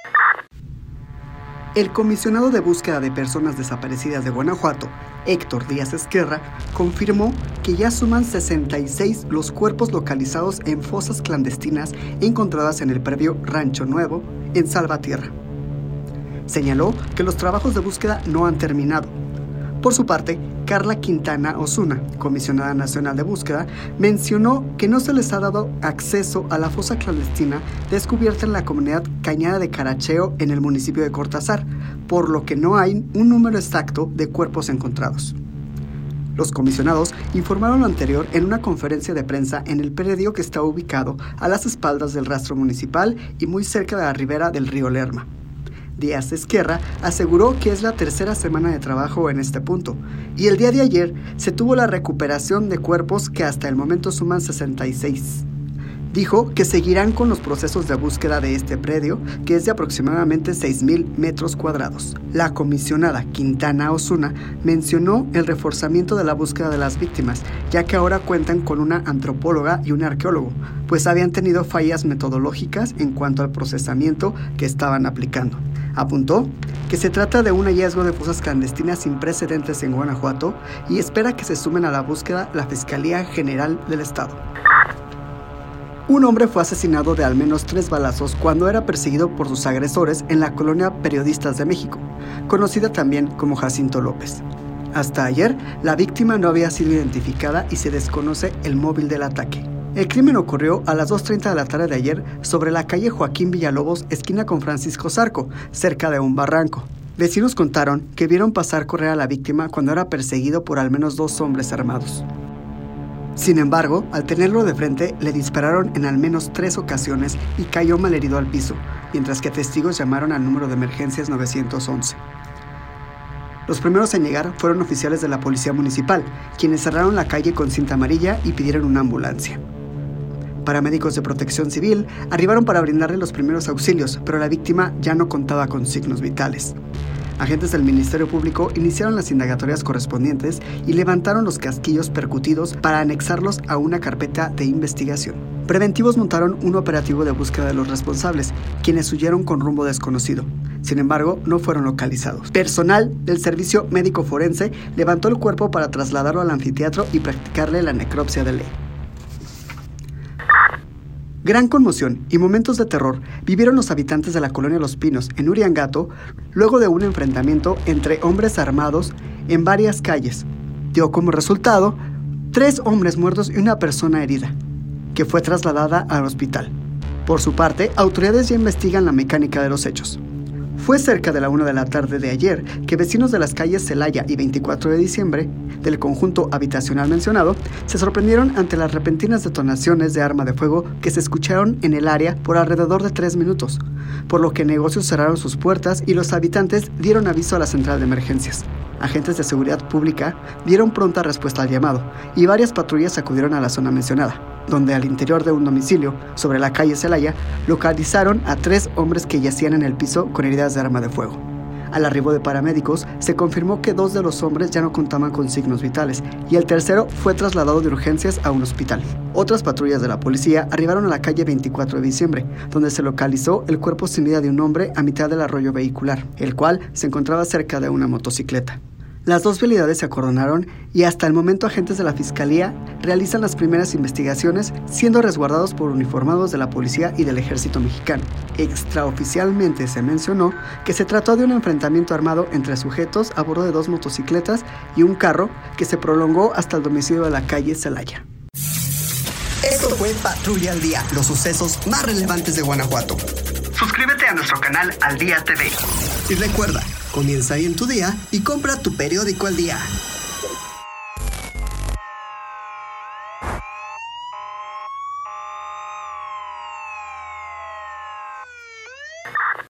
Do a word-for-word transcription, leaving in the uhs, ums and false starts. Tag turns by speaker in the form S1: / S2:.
S1: El comisionado de búsqueda de personas desaparecidas de Guanajuato, Héctor Díaz Ezquerra, confirmó que ya suman sesenta y seis los cuerpos localizados en fosas clandestinas encontradas en el predio Rancho Nuevo, en Salvatierra. Señaló que los trabajos de búsqueda no han terminado. Por su parte, Carla Quintana Osuna, comisionada nacional de búsqueda, mencionó que no se les ha dado acceso a la fosa clandestina descubierta en la comunidad Cañada de Caracheo en el municipio de Cortázar, por lo que no hay un número exacto de cuerpos encontrados. Los comisionados informaron lo anterior en una conferencia de prensa en el predio que está ubicado a las espaldas del rastro municipal y muy cerca de la ribera del río Lerma. Díaz Ezquerra aseguró que es la tercera semana de trabajo en este punto, y el día de ayer se tuvo la recuperación de cuerpos que hasta el momento suman sesenta y seis. Dijo que seguirán con los procesos de búsqueda de este predio, que es de aproximadamente seis mil metros cuadrados. La comisionada Quintana Osuna mencionó el reforzamiento de la búsqueda de las víctimas, ya que ahora cuentan con una antropóloga y un arqueólogo, pues habían tenido fallas metodológicas en cuanto al procesamiento que estaban aplicando. Apuntó que se trata de un hallazgo de fosas clandestinas sin precedentes en Guanajuato y espera que se sumen a la búsqueda la Fiscalía General del Estado. Un hombre fue asesinado de al menos tres balazos cuando era perseguido por sus agresores en la colonia Periodistas de México, conocida también como Jacinto López. Hasta ayer, la víctima no había sido identificada y se desconoce el móvil del ataque. El crimen ocurrió a las dos treinta de la tarde de ayer sobre la calle Joaquín Villalobos, esquina con Francisco Zarco, cerca de un barranco. Vecinos contaron que vieron pasar correr a la víctima cuando era perseguido por al menos dos hombres armados. Sin embargo, al tenerlo de frente, le dispararon en al menos tres ocasiones y cayó malherido al piso, mientras que testigos llamaron al número de emergencias nueve once. Los primeros en llegar fueron oficiales de la policía municipal, quienes cerraron la calle con cinta amarilla y pidieron una ambulancia. Paramédicos de Protección Civil arribaron para brindarle los primeros auxilios, pero la víctima ya no contaba con signos vitales. Agentes del Ministerio Público iniciaron las indagatorias correspondientes y levantaron los casquillos percutidos para anexarlos a una carpeta de investigación. Preventivos montaron un operativo de búsqueda de los responsables, quienes huyeron con rumbo desconocido. Sin embargo, no fueron localizados. Personal del Servicio Médico Forense levantó el cuerpo para trasladarlo al anfiteatro y practicarle la necropsia de ley. Gran conmoción y momentos de terror vivieron los habitantes de la colonia Los Pinos, en Uriangato, luego de un enfrentamiento entre hombres armados en varias calles. Dio como resultado tres hombres muertos y una persona herida, que fue trasladada al hospital. Por su parte, autoridades ya investigan la mecánica de los hechos. Fue cerca de la una de la tarde de ayer que vecinos de las calles Celaya y veinticuatro de diciembre, del conjunto habitacional mencionado, se sorprendieron ante las repentinas detonaciones de arma de fuego que se escucharon en el área por alrededor de tres minutos, por lo que negocios cerraron sus puertas y los habitantes dieron aviso a la central de emergencias. Agentes de seguridad pública dieron pronta respuesta al llamado y varias patrullas acudieron a la zona mencionada, donde al interior de un domicilio, sobre la calle Celaya, localizaron a tres hombres que yacían en el piso con heridas de arma de fuego. Al arribo de paramédicos, se confirmó que dos de los hombres ya no contaban con signos vitales y el tercero fue trasladado de urgencias a un hospital. Otras patrullas de la policía arribaron a la calle veinticuatro de diciembre, donde se localizó el cuerpo sin vida de un hombre a mitad del arroyo vehicular, el cual se encontraba cerca de una motocicleta. Las dos vialidades se acordonaron y hasta el momento agentes de la Fiscalía realizan las primeras investigaciones, siendo resguardados por uniformados de la policía y del ejército mexicano. Extraoficialmente se mencionó que se trató de un enfrentamiento armado entre sujetos a bordo de dos motocicletas y un carro que se prolongó hasta el domicilio de la calle Celaya.
S2: Esto fue Patrulla al Día, los sucesos más relevantes de Guanajuato.
S1: Suscríbete a nuestro canal Al Día T V.
S2: Y recuerda, comienza ahí en tu día y compra tu periódico Al Día.